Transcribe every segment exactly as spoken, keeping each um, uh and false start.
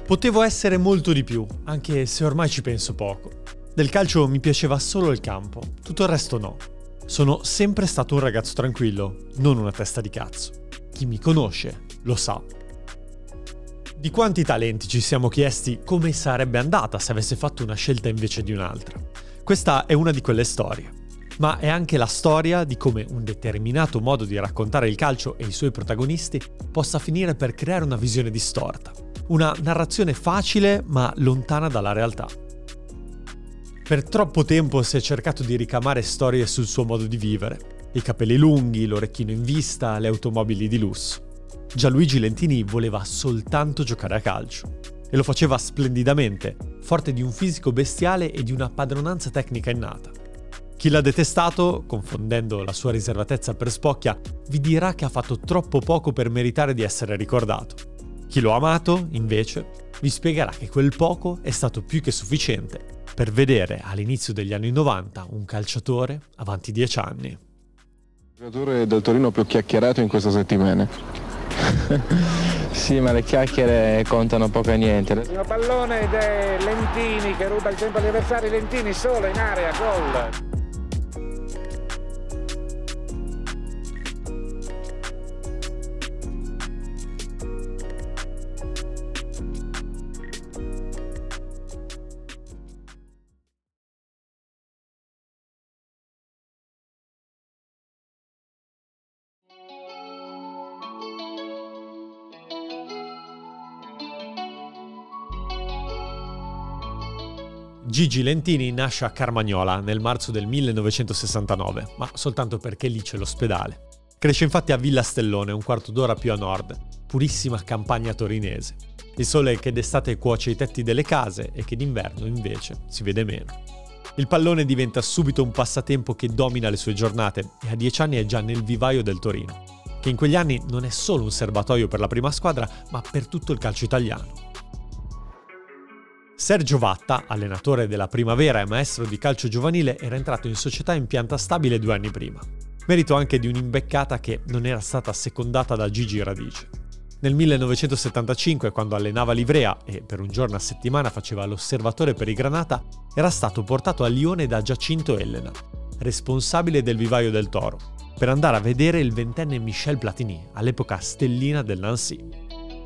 Potevo essere molto di più, anche se ormai ci penso poco. Del calcio mi piaceva solo il campo, tutto il resto no. Sono sempre stato un ragazzo tranquillo, non una testa di cazzo. Chi mi conosce lo sa. Di quanti talenti ci siamo chiesti come sarebbe andata se avesse fatto una scelta invece di un'altra. Questa è una di quelle storie, ma è anche la storia di come un determinato modo di raccontare il calcio e i suoi protagonisti possa finire per creare una visione distorta. Una narrazione facile ma lontana dalla realtà. Per troppo tempo si è cercato di ricamare storie sul suo modo di vivere. I capelli lunghi, l'orecchino in vista, le automobili di lusso. Gianluigi Lentini voleva soltanto giocare a calcio. E lo faceva splendidamente, forte di un fisico bestiale e di una padronanza tecnica innata. Chi l'ha detestato, confondendo la sua riservatezza per spocchia, vi dirà che ha fatto troppo poco per meritare di essere ricordato. Chi lo ha amato, invece, vi spiegherà che quel poco è stato più che sufficiente per vedere all'inizio degli anni novanta un calciatore avanti dieci anni. Il giocatore del Torino più chiacchierato in queste settimane. Sì, ma le chiacchiere contano poco e niente. Il primo pallone ed è Lentini che ruba il tempo agli avversari. Lentini solo in area, gol. Gigi Lentini nasce a Carmagnola nel marzo del millenovecentosessantanove, ma soltanto perché lì c'è l'ospedale. Cresce infatti a Villa Stellone, un quarto d'ora più a nord, purissima campagna torinese. Il sole che d'estate cuoce i tetti delle case e che d'inverno invece si vede meno. Il pallone diventa subito un passatempo che domina le sue giornate e a dieci anni è già nel vivaio del Torino, che in quegli anni non è solo un serbatoio per la prima squadra, ma per tutto il calcio italiano. Sergio Vatta, allenatore della Primavera e maestro di calcio giovanile, era entrato in società in pianta stabile due anni prima. Merito anche di un'imbeccata che non era stata secondata da Gigi Radice. Nel millenovecentosettantacinque, quando allenava l'Ivrea e per un giorno a settimana faceva l'osservatore per i Granata, era stato portato a Lione da Giacinto Elena, responsabile del vivaio del Toro, per andare a vedere il ventenne Michel Platini, all'epoca stellina del Nancy.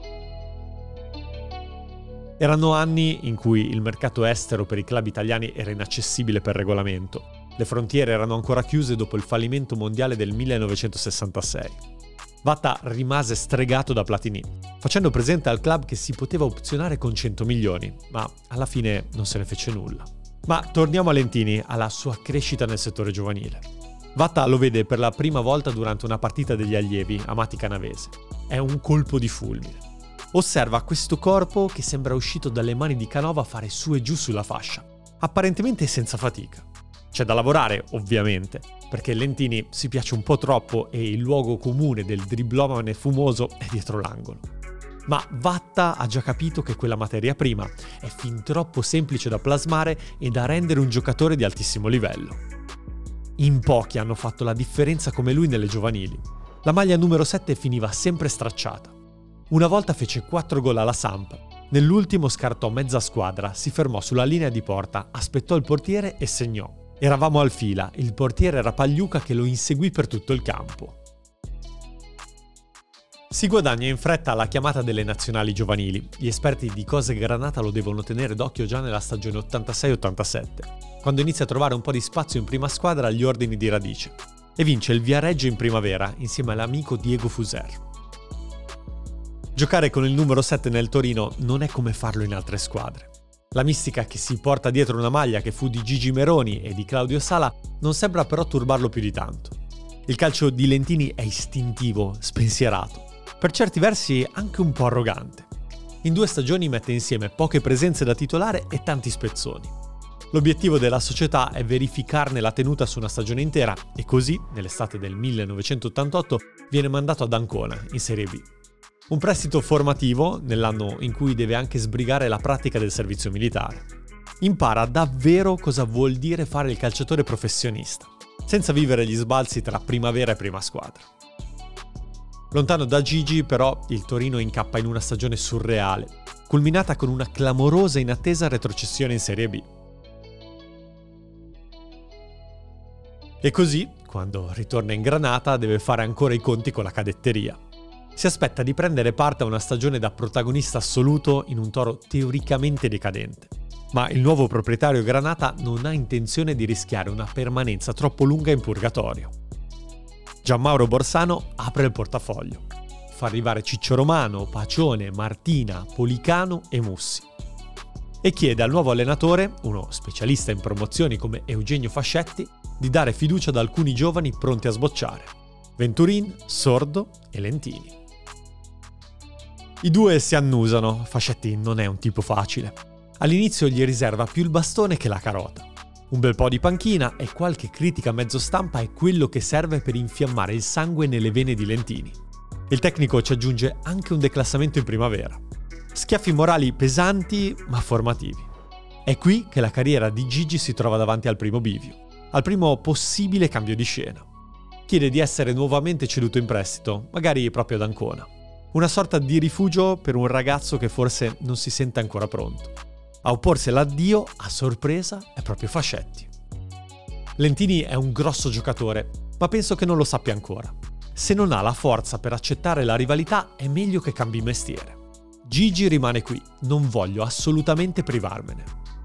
Erano anni in cui il mercato estero per i club italiani era inaccessibile per regolamento. Le frontiere erano ancora chiuse dopo il fallimento mondiale del millenovecentosessantasei. Vatta rimase stregato da Platini, facendo presente al club che si poteva opzionare con cento milioni, ma alla fine non se ne fece nulla. Ma torniamo a Lentini, alla sua crescita nel settore giovanile. Vatta lo vede per la prima volta durante una partita degli allievi a Mati Canavese. È un colpo di fulmine. Osserva questo corpo che sembra uscito dalle mani di Canova fare su e giù sulla fascia, apparentemente senza fatica. C'è da lavorare, ovviamente, perché Lentini si piace un po' troppo e il luogo comune del driblomane fumoso è dietro l'angolo. Ma Vatta ha già capito che quella materia prima è fin troppo semplice da plasmare e da rendere un giocatore di altissimo livello. In pochi hanno fatto la differenza come lui nelle giovanili. La maglia numero sette finiva sempre stracciata. Una volta fece quattro gol alla Samp. Nell'ultimo scartò mezza squadra, si fermò sulla linea di porta, aspettò il portiere e segnò. Eravamo al fila, il portiere era Pagliuca che lo inseguì per tutto il campo. Si guadagna in fretta la chiamata delle nazionali giovanili. Gli esperti di Cose Granata lo devono tenere d'occhio già nella stagione ottantasei ottantasette, quando inizia a trovare un po' di spazio in prima squadra agli ordini di Radice. E vince il Viareggio in primavera insieme all'amico Diego Fuser. Giocare con il numero sette nel Torino non è come farlo in altre squadre. La mistica che si porta dietro una maglia che fu di Gigi Meroni e di Claudio Sala non sembra però turbarlo più di tanto. Il calcio di Lentini è istintivo, spensierato, per certi versi anche un po' arrogante. In due stagioni mette insieme poche presenze da titolare e tanti spezzoni. L'obiettivo della società è verificarne la tenuta su una stagione intera e così, nell'estate del millenovecentottantotto, viene mandato ad Ancona, in Serie B. Un prestito formativo, nell'anno in cui deve anche sbrigare la pratica del servizio militare. Impara davvero cosa vuol dire fare il calciatore professionista, senza vivere gli sbalzi tra primavera e prima squadra. Lontano da Gigi, però, il Torino incappa in una stagione surreale, culminata con una clamorosa e inattesa retrocessione in Serie B. E così, quando ritorna in Granata, deve fare ancora i conti con la cadetteria. Si aspetta di prendere parte a una stagione da protagonista assoluto in un Toro teoricamente decadente. Ma il nuovo proprietario Granata non ha intenzione di rischiare una permanenza troppo lunga in purgatorio. Gianmauro Borsano apre il portafoglio. Fa arrivare Ciccio Romano, Pacione, Martina, Policano e Mussi. E chiede al nuovo allenatore, uno specialista in promozioni come Eugenio Fascetti, di dare fiducia ad alcuni giovani pronti a sbocciare: Venturin, Sordo e Lentini. I due si annusano, Fascetti non è un tipo facile. All'inizio gli riserva più il bastone che la carota. Un bel po' di panchina e qualche critica mezzo stampa è quello che serve per infiammare il sangue nelle vene di Lentini. Il tecnico ci aggiunge anche un declassamento in primavera. Schiaffi morali pesanti ma formativi. È qui che la carriera di Gigi si trova davanti al primo bivio, al primo possibile cambio di scena. Chiede di essere nuovamente ceduto in prestito, magari proprio ad Ancona. Una sorta di rifugio per un ragazzo che forse non si sente ancora pronto. A opporsi all'addio, a sorpresa, è proprio Fascetti. Lentini è un grosso giocatore, ma penso che non lo sappia ancora. Se non ha la forza per accettare la rivalità, è meglio che cambi mestiere. Gigi rimane qui, non voglio assolutamente privarmene.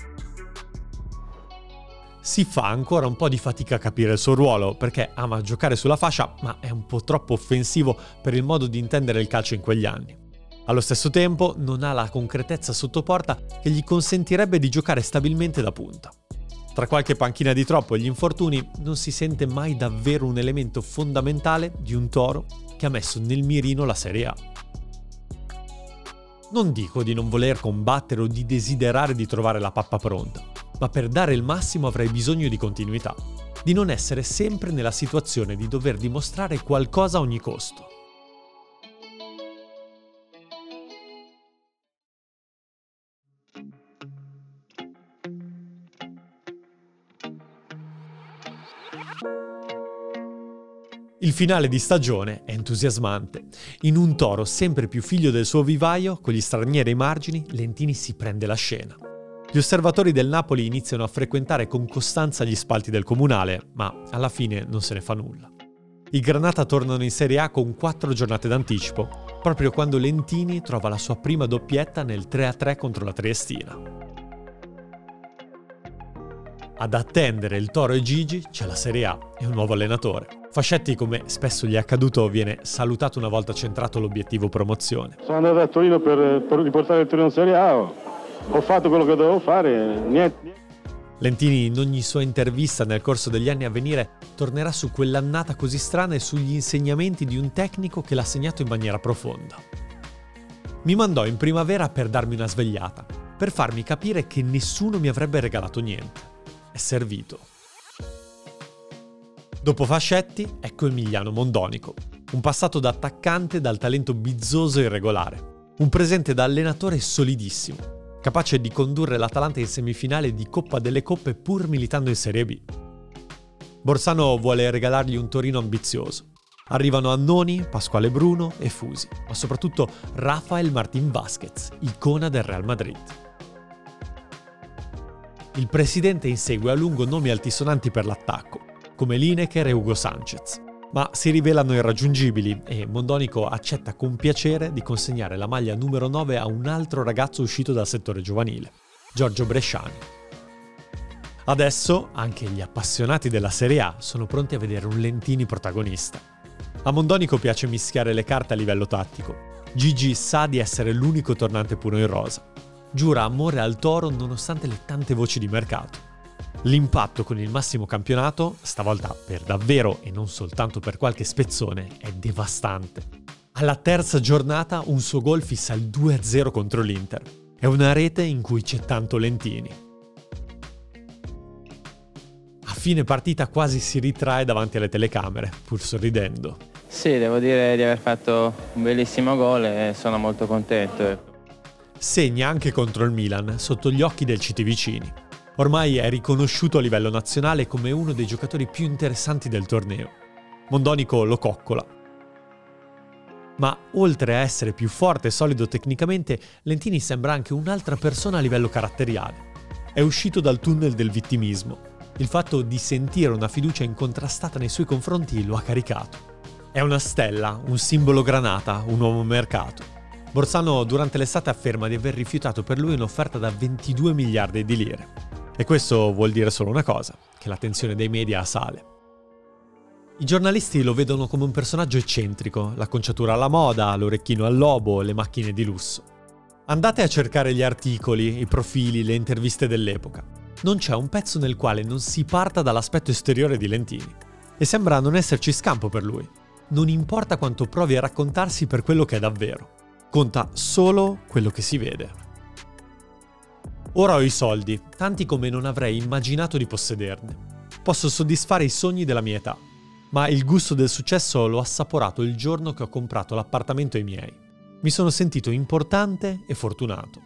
Si fa ancora un po' di fatica a capire il suo ruolo, perché ama giocare sulla fascia, ma è un po' troppo offensivo per il modo di intendere il calcio in quegli anni. Allo stesso tempo non ha la concretezza sotto porta che gli consentirebbe di giocare stabilmente da punta. Tra qualche panchina di troppo e gli infortuni non si sente mai davvero un elemento fondamentale di un Toro che ha messo nel mirino la Serie A. Non dico di non voler combattere o di desiderare di trovare la pappa pronta, ma per dare il massimo avrei bisogno di continuità, di non essere sempre nella situazione di dover dimostrare qualcosa a ogni costo. Il finale di stagione è entusiasmante. In un Toro sempre più figlio del suo vivaio, con gli stranieri ai margini, Lentini si prende la scena. Gli osservatori del Napoli iniziano a frequentare con costanza gli spalti del Comunale, ma alla fine non se ne fa nulla. I Granata tornano in Serie A con quattro giornate d'anticipo, proprio quando Lentini trova la sua prima doppietta nel tre a tre contro la Triestina. Ad attendere il Toro e Gigi c'è la Serie A e un nuovo allenatore. Fascetti, come spesso gli è accaduto, viene salutato una volta centrato l'obiettivo promozione. Sono andato a Torino per, per riportare il Torino in Serie A, ho, ho fatto quello che dovevo fare, niente, niente. Lentini in ogni sua intervista nel corso degli anni a venire tornerà su quell'annata così strana e sugli insegnamenti di un tecnico che l'ha segnato in maniera profonda. Mi mandò in primavera per darmi una svegliata, per farmi capire che nessuno mi avrebbe regalato niente. È servito. Dopo Fascetti, ecco Emiliano Mondonico, un passato da attaccante dal talento bizzoso e irregolare, un presente da allenatore solidissimo, capace di condurre l'Atalanta in semifinale di Coppa delle Coppe pur militando in Serie B. Borsano vuole regalargli un Torino ambizioso. Arrivano Annoni, Pasquale Bruno e Fusi, ma soprattutto Rafael Martín Vázquez, icona del Real Madrid. Il presidente insegue a lungo nomi altisonanti per l'attacco, come Lineker e Hugo Sánchez, ma si rivelano irraggiungibili e Mondonico accetta con piacere di consegnare la maglia numero nove a un altro ragazzo uscito dal settore giovanile, Giorgio Bresciani. Adesso anche gli appassionati della Serie A sono pronti a vedere un Lentini protagonista. A Mondonico piace mischiare le carte a livello tattico. Gigi sa di essere l'unico tornante puro in rosa. Giura amore al Toro nonostante le tante voci di mercato. L'impatto con il massimo campionato, stavolta per davvero e non soltanto per qualche spezzone, è devastante. Alla terza giornata un suo gol fissa il due a zero contro l'Inter. È una rete in cui c'è tanto Lentini. A fine partita quasi si ritrae davanti alle telecamere, pur sorridendo. Sì, devo dire di aver fatto un bellissimo gol e sono molto contento. Segna anche contro il Milan, sotto gli occhi del C T Vicini. Ormai è riconosciuto a livello nazionale come uno dei giocatori più interessanti del torneo. Mondonico lo coccola. Ma oltre a essere più forte e solido tecnicamente, Lentini sembra anche un'altra persona a livello caratteriale. È uscito dal tunnel del vittimismo. Il fatto di sentire una fiducia incontrastata nei suoi confronti lo ha caricato. È una stella, un simbolo granata, un uomo mercato. Borsano durante l'estate afferma di aver rifiutato per lui un'offerta da ventidue miliardi di lire. E questo vuol dire solo una cosa, che l'attenzione dei media sale. I giornalisti lo vedono come un personaggio eccentrico, l'acconciatura alla moda, l'orecchino al lobo, le macchine di lusso. Andate a cercare gli articoli, i profili, le interviste dell'epoca. Non c'è un pezzo nel quale non si parta dall'aspetto esteriore di Lentini. E sembra non esserci scampo per lui. Non importa quanto provi a raccontarsi per quello che è davvero. Conta solo quello che si vede. Ora ho i soldi, tanti come non avrei immaginato di possederne. Posso soddisfare i sogni della mia età. Ma il gusto del successo l'ho assaporato il giorno che ho comprato l'appartamento ai miei. Mi sono sentito importante e fortunato.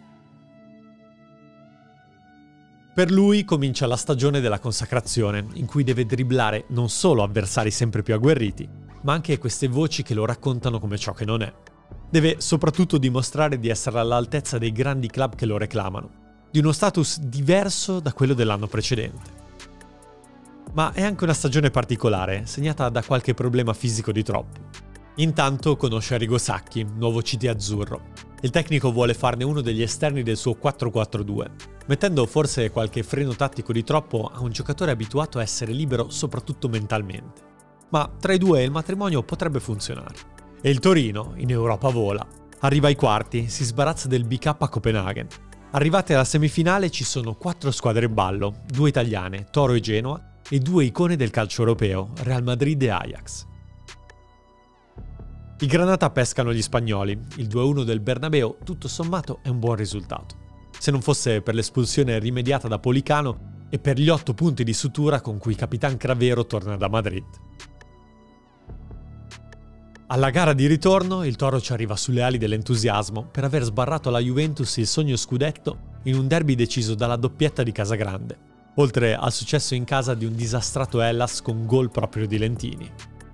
Per lui comincia la stagione della consacrazione, in cui deve dribblare non solo avversari sempre più agguerriti, ma anche queste voci che lo raccontano come ciò che non è. Deve soprattutto dimostrare di essere all'altezza dei grandi club che lo reclamano, di uno status diverso da quello dell'anno precedente. Ma è anche una stagione particolare, segnata da qualche problema fisico di troppo. Intanto conosce Arrigo Sacchi, nuovo C T azzurro. Il tecnico vuole farne uno degli esterni del suo quattro quattro due, mettendo forse qualche freno tattico di troppo a un giocatore abituato a essere libero soprattutto mentalmente. Ma tra i due il matrimonio potrebbe funzionare. E il Torino, in Europa vola. Arriva ai quarti, si sbarazza del B K a Copenaghen. Arrivate alla semifinale ci sono quattro squadre in ballo, due italiane, Toro e Genoa, e due icone del calcio europeo, Real Madrid e Ajax. I Granata pescano gli spagnoli, il due a uno del Bernabeu tutto sommato è un buon risultato, se non fosse per l'espulsione rimediata da Policano e per gli otto punti di sutura con cui Capitan Cravero torna da Madrid. Alla gara di ritorno il Toro ci arriva sulle ali dell'entusiasmo per aver sbarrato alla Juventus il sogno scudetto in un derby deciso dalla doppietta di Casagrande, oltre al successo in casa di un disastrato Hellas con gol proprio di Lentini.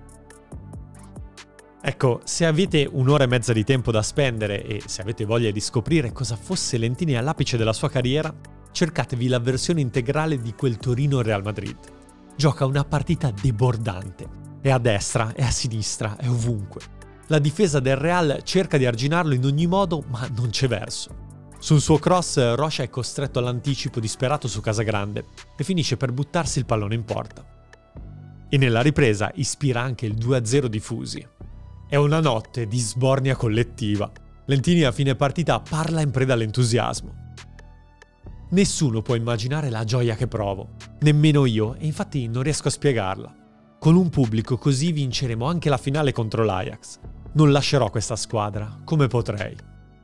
Ecco, se avete un'ora e mezza di tempo da spendere e se avete voglia di scoprire cosa fosse Lentini all'apice della sua carriera, cercatevi la versione integrale di quel Torino-Real Madrid. Gioca una partita debordante. È a destra, è a sinistra, è ovunque. La difesa del Real cerca di arginarlo in ogni modo, ma non c'è verso. Sul suo cross Rocha è costretto all'anticipo disperato su Casagrande e finisce per buttarsi il pallone in porta. E nella ripresa ispira anche il due a zero di Fusi. È una notte di sbornia collettiva. Lentini a fine partita parla in preda all'entusiasmo. Nessuno può immaginare la gioia che provo, nemmeno io, e infatti non riesco a spiegarla. Con un pubblico così vinceremo anche la finale contro l'Ajax. Non lascerò questa squadra, come potrei.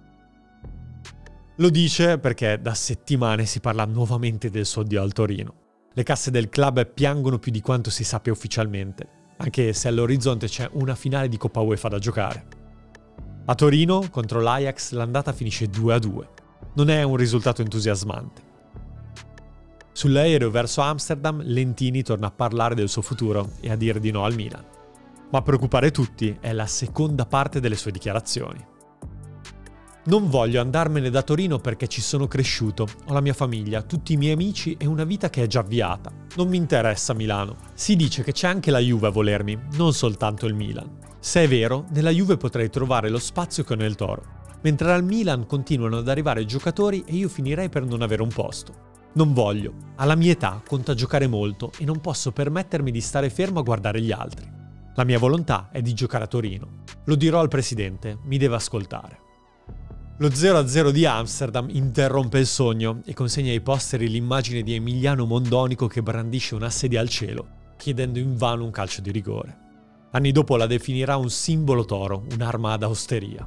Lo dice perché da settimane si parla nuovamente del suo addio al Torino. Le casse del club piangono più di quanto si sappia ufficialmente, anche se all'orizzonte c'è una finale di Coppa UEFA da giocare. A Torino, contro l'Ajax, l'andata finisce due a due. Non è un risultato entusiasmante. Sull'aereo verso Amsterdam, Lentini torna a parlare del suo futuro e a dire di no al Milan. Ma a preoccupare tutti è la seconda parte delle sue dichiarazioni. Non voglio andarmene da Torino perché ci sono cresciuto, ho la mia famiglia, tutti i miei amici e una vita che è già avviata. Non mi interessa Milano. Si dice che c'è anche la Juve a volermi, non soltanto il Milan. Se è vero, nella Juve potrei trovare lo spazio che ho nel Toro, mentre al Milan continuano ad arrivare giocatori e io finirei per non avere un posto. Non voglio. Alla mia età conta giocare molto e non posso permettermi di stare fermo a guardare gli altri. La mia volontà è di giocare a Torino. Lo dirò al presidente, mi deve ascoltare. Lo zero a zero di Amsterdam interrompe il sogno e consegna ai posteri l'immagine di Emiliano Mondonico che brandisce una sedia al cielo, chiedendo invano un calcio di rigore. Anni dopo la definirà un simbolo toro, un'arma ad osteria.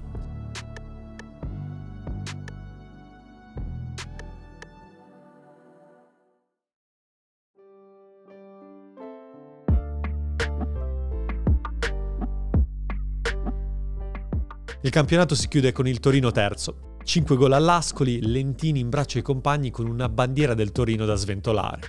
Il campionato si chiude con il Torino terzo. cinque gol all'Ascoli, Lentini in braccio ai compagni con una bandiera del Torino da sventolare.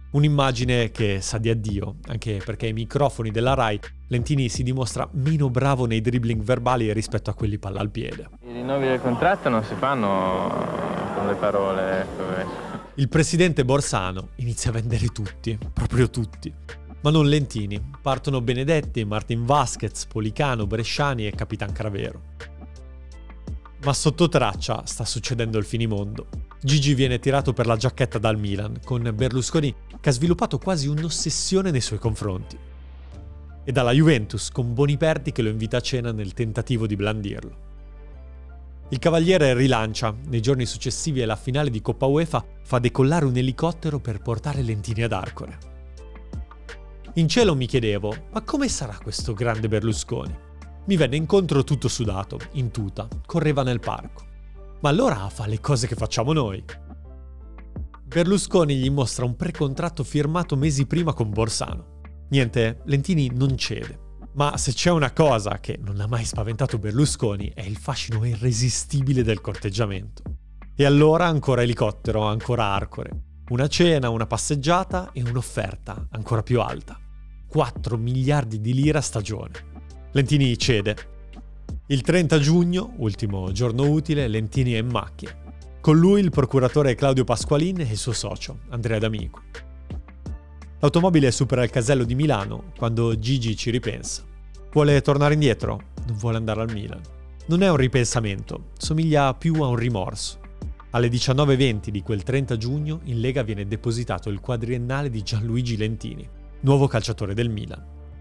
Un'immagine che sa di addio, anche perché ai microfoni della Rai Lentini si dimostra meno bravo nei dribbling verbali rispetto a quelli palla al piede. I rinnovi del contratto non si fanno con le parole, ecco. Il presidente Borsano inizia a vendere tutti, proprio tutti. Ma non Lentini, partono Benedetti, Martin Vasquez, Policano, Bresciani e Capitan Cravero. Ma sotto traccia sta succedendo il finimondo. Gigi viene tirato per la giacchetta dal Milan, con Berlusconi che ha sviluppato quasi un'ossessione nei suoi confronti. E dalla Juventus, con Boniperti che lo invita a cena nel tentativo di blandirlo. Il Cavaliere rilancia, nei giorni successivi alla finale di Coppa UEFA, fa decollare un elicottero per portare Lentini ad Arcore. In cielo mi chiedevo, ma come sarà questo grande Berlusconi? Mi venne incontro tutto sudato, in tuta, correva nel parco. Ma allora fa le cose che facciamo noi. Berlusconi gli mostra un precontratto firmato mesi prima con Borsano. Niente, Lentini non cede. Ma se c'è una cosa che non ha mai spaventato Berlusconi è il fascino irresistibile del corteggiamento. E allora ancora elicottero, ancora Arcore. Una cena, una passeggiata e un'offerta ancora più alta. quattro miliardi di lire a stagione. Lentini cede. Il trenta giugno, ultimo giorno utile, Lentini è in macchia. Con lui il procuratore Claudio Pasqualin e il suo socio, Andrea D'Amico. L'automobile supera il casello di Milano quando Gigi ci ripensa. Vuole tornare indietro? Non vuole andare al Milan. Non è un ripensamento, somiglia più a un rimorso. Alle diciannove e venti di quel trenta giugno in Lega viene depositato il quadriennale di Gianluigi Lentini, nuovo calciatore del Milan.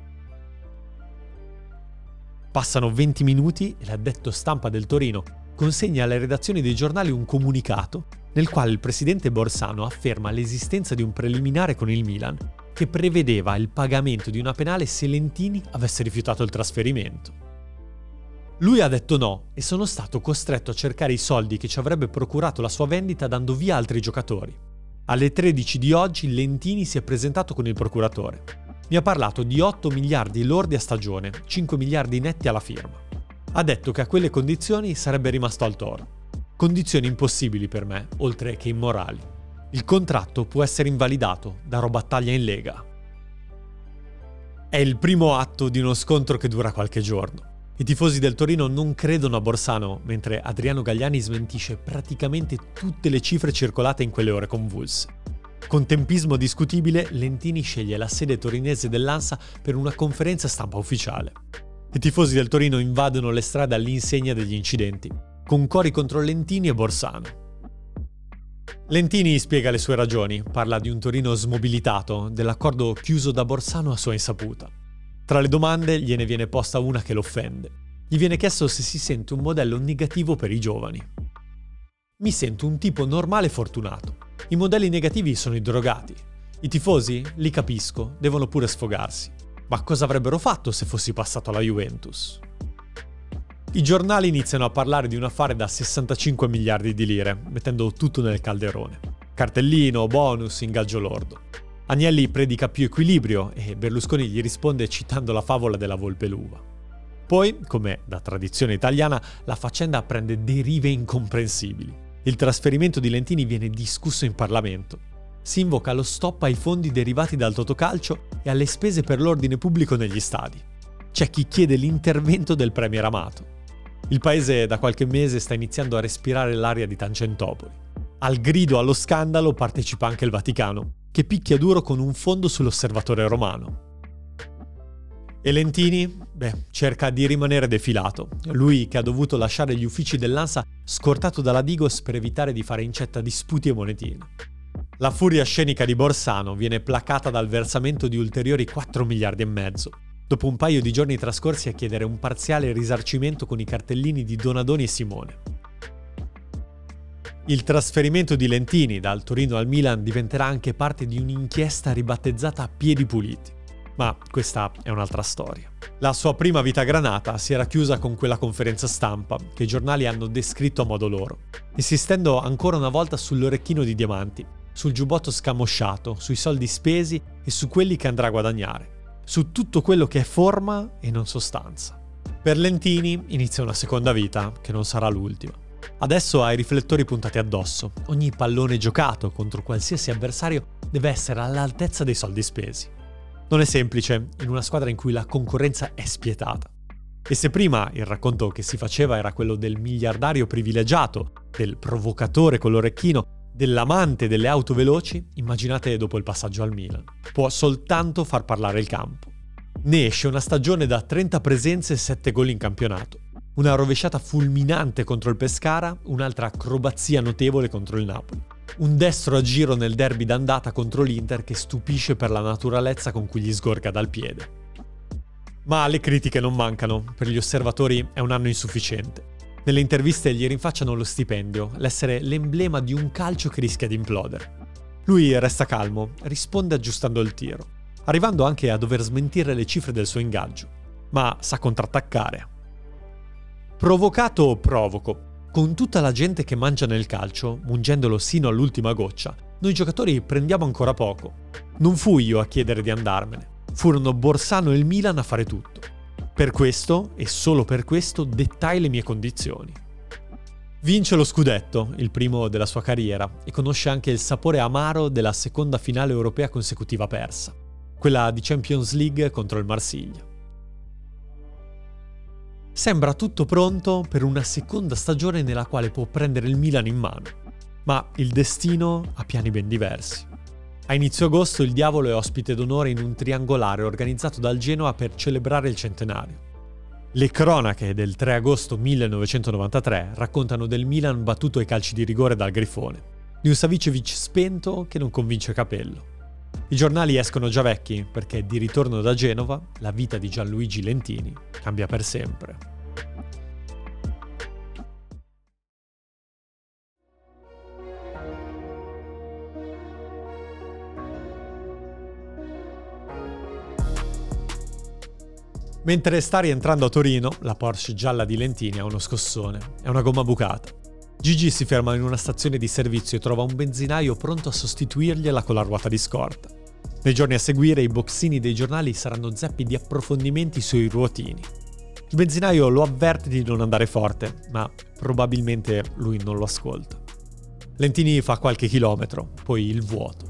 Passano venti minuti e l'addetto stampa del Torino consegna alle redazioni dei giornali un comunicato nel quale il presidente Borsano afferma l'esistenza di un preliminare con il Milan che prevedeva il pagamento di una penale se Lentini avesse rifiutato il trasferimento. Lui ha detto no e sono stato costretto a cercare i soldi che ci avrebbe procurato la sua vendita dando via altri giocatori. Alle tredici di oggi Lentini si è presentato con il procuratore. Mi ha parlato di otto miliardi lordi a stagione, cinque miliardi netti alla firma. Ha detto che a quelle condizioni sarebbe rimasto al Toro. Condizioni impossibili per me, oltre che immorali. Il contratto può essere invalidato, darò battaglia in Lega. È il primo atto di uno scontro che dura qualche giorno. I tifosi del Torino non credono a Borsano, mentre Adriano Galliani smentisce praticamente tutte le cifre circolate in quelle ore convulse. Con tempismo discutibile, Lentini sceglie la sede torinese dell'Ansa per una conferenza stampa ufficiale. I tifosi del Torino invadono le strade all'insegna degli incidenti, con cori contro Lentini e Borsano. Lentini spiega le sue ragioni, parla di un Torino smobilitato, dell'accordo chiuso da Borsano a sua insaputa. Tra le domande gliene viene posta una che lo offende. Gli viene chiesto se si sente un modello negativo per i giovani. Mi sento un tipo normale e fortunato. I modelli negativi sono i drogati. I tifosi? Li capisco, devono pure sfogarsi. Ma cosa avrebbero fatto se fossi passato alla Juventus? I giornali iniziano a parlare di un affare da sessantacinque miliardi di lire, mettendo tutto nel calderone. Cartellino, bonus, ingaggio lordo. Agnelli predica più equilibrio e Berlusconi gli risponde citando la favola della volpe l'uva. Poi, come da tradizione italiana, la faccenda prende derive incomprensibili. Il trasferimento di Lentini viene discusso in Parlamento. Si invoca lo stop ai fondi derivati dal Totocalcio e alle spese per l'ordine pubblico negli stadi. C'è chi chiede l'intervento del premier Amato. Il paese da qualche mese sta iniziando a respirare l'aria di Tangentopoli. Al grido allo scandalo partecipa anche il Vaticano, che picchia duro con un fondo sull'Osservatore Romano. E Lentini? Beh, cerca di rimanere defilato. Lui che ha dovuto lasciare gli uffici dell'Ansa scortato dalla Digos per evitare di fare incetta di sputi e monetine. La furia scenica di Borsano viene placata dal versamento di ulteriori quattro miliardi e mezzo, dopo un paio di giorni trascorsi a chiedere un parziale risarcimento con i cartellini di Donadoni e Simone. Il trasferimento di Lentini dal Torino al Milan diventerà anche parte di un'inchiesta ribattezzata a piedi puliti. Ma questa è un'altra storia. La sua prima vita a Granata si era chiusa con quella conferenza stampa che i giornali hanno descritto a modo loro, insistendo ancora una volta sull'orecchino di diamanti, sul giubbotto scamosciato, sui soldi spesi e su quelli che andrà a guadagnare, su tutto quello che è forma e non sostanza. Per Lentini inizia una seconda vita che non sarà l'ultima. Adesso ha i riflettori puntati addosso. Ogni pallone giocato contro qualsiasi avversario deve essere all'altezza dei soldi spesi. Non è semplice in una squadra in cui la concorrenza è spietata. E se prima il racconto che si faceva era quello del miliardario privilegiato, del provocatore con l'orecchino, dell'amante delle auto veloci, immaginate dopo il passaggio al Milan. Può soltanto far parlare il campo. Ne esce una stagione da trenta presenze e sette gol in campionato. Una rovesciata fulminante contro il Pescara, un'altra acrobazia notevole contro il Napoli. Un destro a giro nel derby d'andata contro l'Inter che stupisce per la naturalezza con cui gli sgorga dal piede. Ma le critiche non mancano, per gli osservatori è un anno insufficiente. Nelle interviste gli rinfacciano lo stipendio, l'essere l'emblema di un calcio che rischia di implodere. Lui resta calmo, risponde aggiustando il tiro, arrivando anche a dover smentire le cifre del suo ingaggio, ma sa contrattaccare. Provocato provoco, con tutta la gente che mangia nel calcio, mungendolo sino all'ultima goccia, noi giocatori prendiamo ancora poco. Non fui io a chiedere di andarmene. Furono Borsano e il Milan a fare tutto. Per questo, e solo per questo, dettai le mie condizioni. Vince lo scudetto, il primo della sua carriera, e conosce anche il sapore amaro della seconda finale europea consecutiva persa, quella di Champions League contro il Marsiglia. Sembra tutto pronto per una seconda stagione nella quale può prendere il Milan in mano, ma il destino ha piani ben diversi. A inizio agosto il Diavolo è ospite d'onore in un triangolare organizzato dal Genoa per celebrare il centenario. Le cronache del tre agosto millenovecentonovantatré raccontano del Milan battuto ai calci di rigore dal Grifone, di un Savicevic spento che non convince Capello. I giornali escono già vecchi perché di ritorno da Genova la vita di Gianluigi Lentini cambia per sempre. Mentre sta rientrando a Torino, la Porsche gialla di Lentini ha uno scossone, è una gomma bucata. Gigi si ferma in una stazione di servizio e trova un benzinaio pronto a sostituirgliela con la ruota di scorta. Nei giorni a seguire i boxini dei giornali saranno zeppi di approfondimenti sui ruotini. Il benzinaio lo avverte di non andare forte, ma probabilmente lui non lo ascolta. Lentini fa qualche chilometro, poi il vuoto.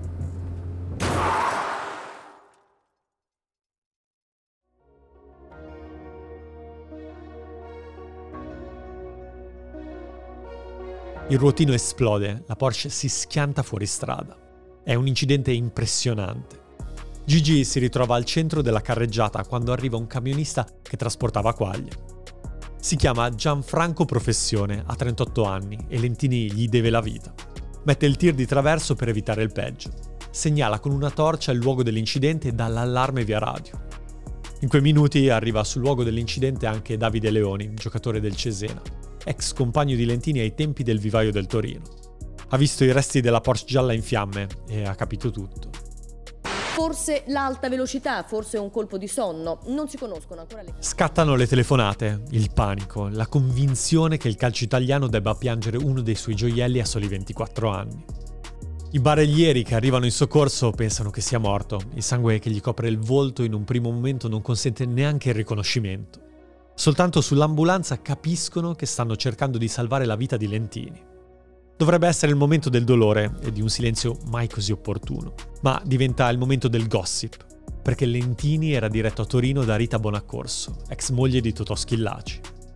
Il ruotino esplode, la Porsche si schianta fuori strada. È un incidente impressionante. Gigi si ritrova al centro della carreggiata quando arriva un camionista che trasportava quaglie. Si chiama Gianfranco Professione, ha trentotto anni e Lentini gli deve la vita. Mette il tir di traverso per evitare il peggio. Segnala con una torcia il luogo dell'incidente e dà l'allarme via radio. In quei minuti arriva sul luogo dell'incidente anche Davide Leoni, giocatore del Cesena, ex compagno di Lentini ai tempi del vivaio del Torino. Ha visto i resti della Porsche gialla in fiamme e ha capito tutto. Forse l'alta velocità, forse un colpo di sonno, non si conoscono ancora le... Scattano le telefonate, il panico, la convinzione che il calcio italiano debba piangere uno dei suoi gioielli a soli ventiquattro anni. I barellieri che arrivano in soccorso pensano che sia morto, il sangue che gli copre il volto in un primo momento non consente neanche il riconoscimento. Soltanto sull'ambulanza capiscono che stanno cercando di salvare la vita di Lentini. Dovrebbe essere il momento del dolore e di un silenzio mai così opportuno, ma diventa il momento del gossip, perché Lentini era diretto a Torino da Rita Bonaccorso, ex moglie di Totò Schillaci.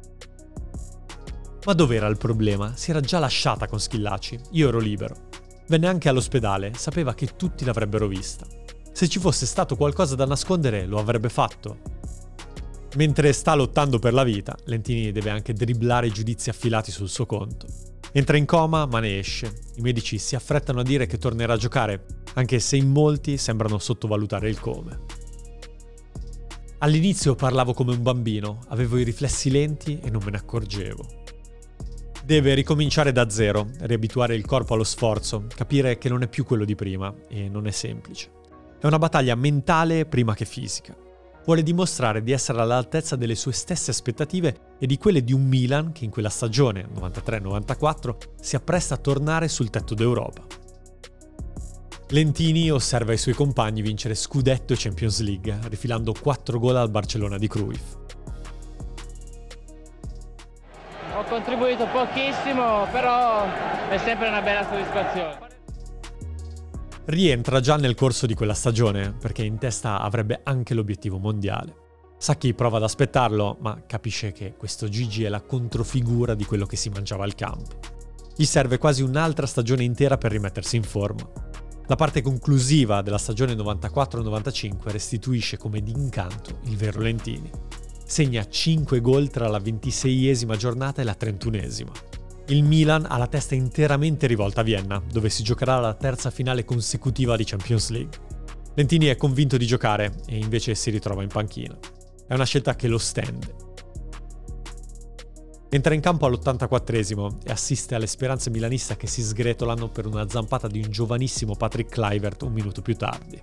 Ma dov'era il problema? Si era già lasciata con Schillaci, io ero libero. Venne anche all'ospedale, sapeva che tutti l'avrebbero vista. Se ci fosse stato qualcosa da nascondere, lo avrebbe fatto. Mentre sta lottando per la vita, Lentini deve anche dribblare i giudizi affilati sul suo conto. Entra in coma, ma ne esce. I medici si affrettano a dire che tornerà a giocare, anche se in molti sembrano sottovalutare il come. All'inizio parlavo come un bambino, avevo i riflessi lenti e non me ne accorgevo. Deve ricominciare da zero, riabituare il corpo allo sforzo, capire che non è più quello di prima, e non è semplice. È una battaglia mentale prima che fisica. Vuole dimostrare di essere all'altezza delle sue stesse aspettative e di quelle di un Milan che in quella stagione, novantatré novantaquattro, si appresta a tornare sul tetto d'Europa. Lentini osserva i suoi compagni vincere scudetto e Champions League, rifilando quattro gol al Barcellona di Cruyff. Ho contribuito pochissimo, però è sempre una bella soddisfazione. Rientra già nel corso di quella stagione, perché in testa avrebbe anche l'obiettivo mondiale. Sacchi prova ad aspettarlo, ma capisce che questo Gigi è la controfigura di quello che si mangiava al campo. Gli serve quasi un'altra stagione intera per rimettersi in forma. La parte conclusiva della stagione novantaquattro novantacinque restituisce come d'incanto il vero Lentini. Segna cinque gol tra la ventiseiesima giornata e la trentunesima. Il Milan ha la testa interamente rivolta a Vienna, dove si giocherà la terza finale consecutiva di Champions League. Lentini è convinto di giocare e invece si ritrova in panchina. È una scelta che lo stende. Entra in campo all'ottantaquattresimo e assiste alle speranze milaniste che si sgretolano per una zampata di un giovanissimo Patrick Kluivert un minuto più tardi.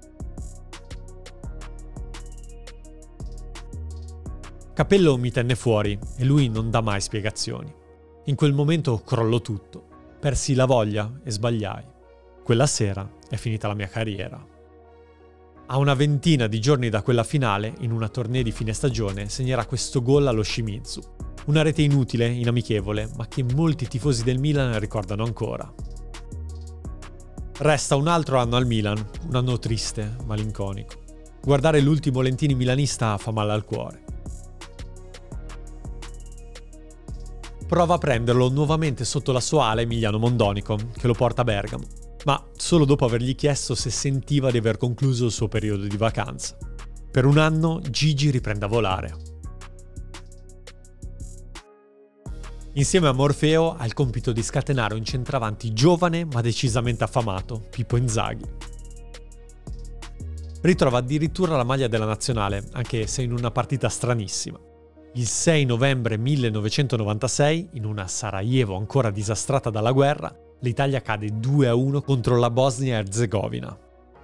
Capello mi tenne fuori e lui non dà mai spiegazioni. In quel momento crollò tutto, persi la voglia e sbagliai. Quella sera è finita la mia carriera. A una ventina di giorni da quella finale, in una tournée di fine stagione, segnerà questo gol allo Shimizu. Una rete inutile, inamichevole, ma che molti tifosi del Milan ricordano ancora. Resta un altro anno al Milan, un anno triste, malinconico. Guardare l'ultimo Lentini milanista fa male al cuore. Prova a prenderlo nuovamente sotto la sua ala Emiliano Mondonico, che lo porta a Bergamo, ma solo dopo avergli chiesto se sentiva di aver concluso il suo periodo di vacanza. Per un anno Gigi riprende a volare. Insieme a Morfeo ha il compito di scatenare un centravanti giovane ma decisamente affamato, Pippo Inzaghi. Ritrova addirittura la maglia della nazionale, anche se in una partita stranissima. Il sei novembre millenovecentonovantasei, in una Sarajevo ancora disastrata dalla guerra, l'Italia cade due a uno contro la Bosnia-Erzegovina.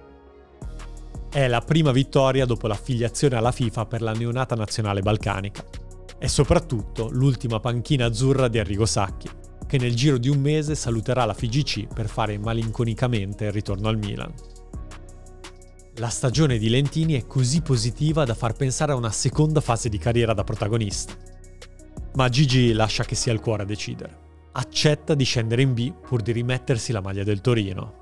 È la prima vittoria dopo l'affiliazione alla FIFA per la neonata nazionale balcanica. E soprattutto l'ultima panchina azzurra di Arrigo Sacchi, che nel giro di un mese saluterà la F I G C per fare malinconicamente il ritorno al Milan. La stagione di Lentini è così positiva da far pensare a una seconda fase di carriera da protagonista. Ma Gigi lascia che sia il cuore a decidere. Accetta di scendere in B pur di rimettersi la maglia del Torino.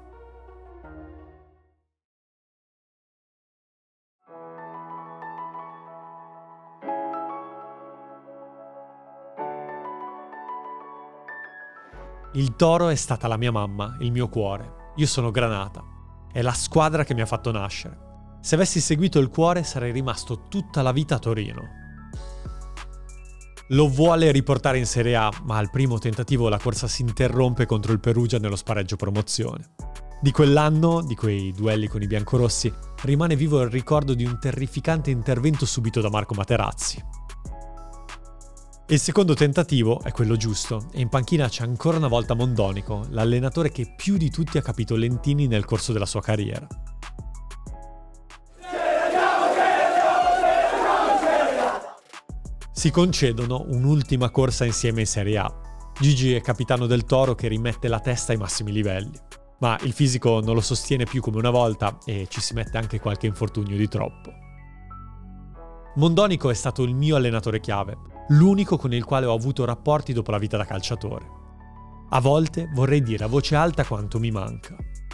Il Toro è stata la mia mamma, il mio cuore. Io sono Granata. È la squadra che mi ha fatto nascere. Se avessi seguito il cuore sarei rimasto tutta la vita a Torino. Lo vuole riportare in Serie A, ma al primo tentativo la corsa si interrompe contro il Perugia nello spareggio promozione. Di quell'anno, di quei duelli con i biancorossi, rimane vivo il ricordo di un terrificante intervento subito da Marco Materazzi. Il secondo tentativo è quello giusto e in panchina c'è ancora una volta Mondonico, l'allenatore che più di tutti ha capito Lentini nel corso della sua carriera. Si concedono un'ultima corsa insieme in Serie A. Gigi è capitano del Toro che rimette la testa ai massimi livelli, ma il fisico non lo sostiene più come una volta e ci si mette anche qualche infortunio di troppo. Mondonico è stato il mio allenatore chiave, l'unico con il quale ho avuto rapporti dopo la vita da calciatore. A volte vorrei dire a voce alta quanto mi manca.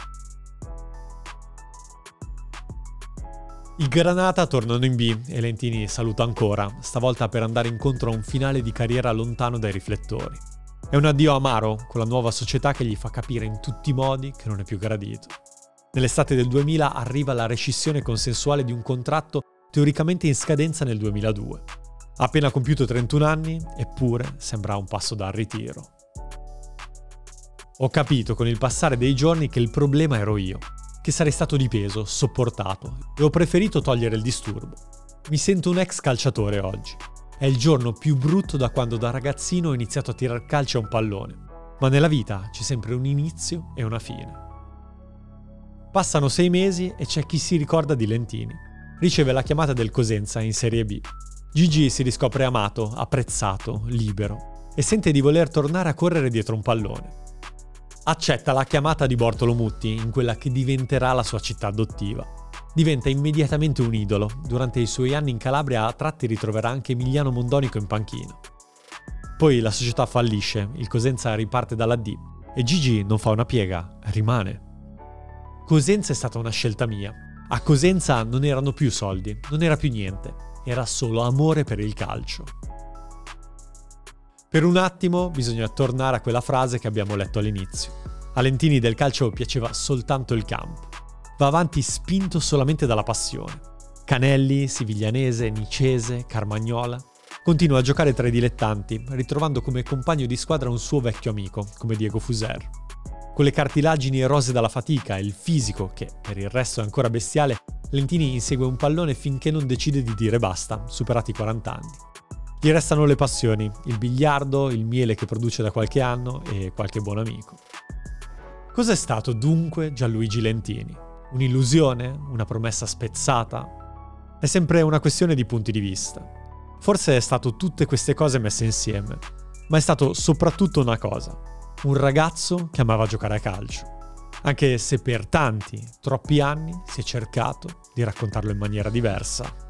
I Granata tornano in B e Lentini saluta ancora, stavolta per andare incontro a un finale di carriera lontano dai riflettori. È un addio amaro con la nuova società che gli fa capire in tutti i modi che non è più gradito. Nell'estate del duemila arriva la rescissione consensuale di un contratto teoricamente in scadenza nel duemiladue. Ha appena compiuto trentuno anni, eppure sembra un passo dal ritiro. Ho capito con il passare dei giorni che il problema ero io, che sarei stato di peso, sopportato, e ho preferito togliere il disturbo. Mi sento un ex calciatore oggi. È il giorno più brutto da quando da ragazzino ho iniziato a tirar calcio a un pallone, ma nella vita c'è sempre un inizio e una fine. Passano sei mesi e c'è chi si ricorda di Lentini. Riceve la chiamata del Cosenza in Serie B. Gigi si riscopre amato, apprezzato, libero e sente di voler tornare a correre dietro un pallone. Accetta la chiamata di Bortolo Mutti in quella che diventerà la sua città adottiva. Diventa immediatamente un idolo. Durante i suoi anni in Calabria a tratti ritroverà anche Emiliano Mondonico in panchina. Poi la società fallisce, il Cosenza riparte dalla D e Gigi non fa una piega, rimane. Cosenza è stata una scelta mia. A Cosenza non erano più soldi, non era più niente, era solo amore per il calcio. Per un attimo bisogna tornare a quella frase che abbiamo letto all'inizio. A Lentini del calcio piaceva soltanto il campo. Va avanti spinto solamente dalla passione. Canelli, Siviglianese, Nicese, Carmagnola. Continua a giocare tra i dilettanti, ritrovando come compagno di squadra un suo vecchio amico, come Diego Fuser. Con le cartilagini erose dalla fatica e il fisico, che per il resto è ancora bestiale, Lentini insegue un pallone finché non decide di dire basta, superati i quaranta anni. Gli restano le passioni, il biliardo, il miele che produce da qualche anno e qualche buon amico. Cos'è stato dunque Gianluigi Lentini? Un'illusione? Una promessa spezzata? È sempre una questione di punti di vista. Forse è stato tutte queste cose messe insieme, ma è stato soprattutto una cosa: un ragazzo che amava giocare a calcio, anche se per tanti, troppi anni si è cercato di raccontarlo in maniera diversa.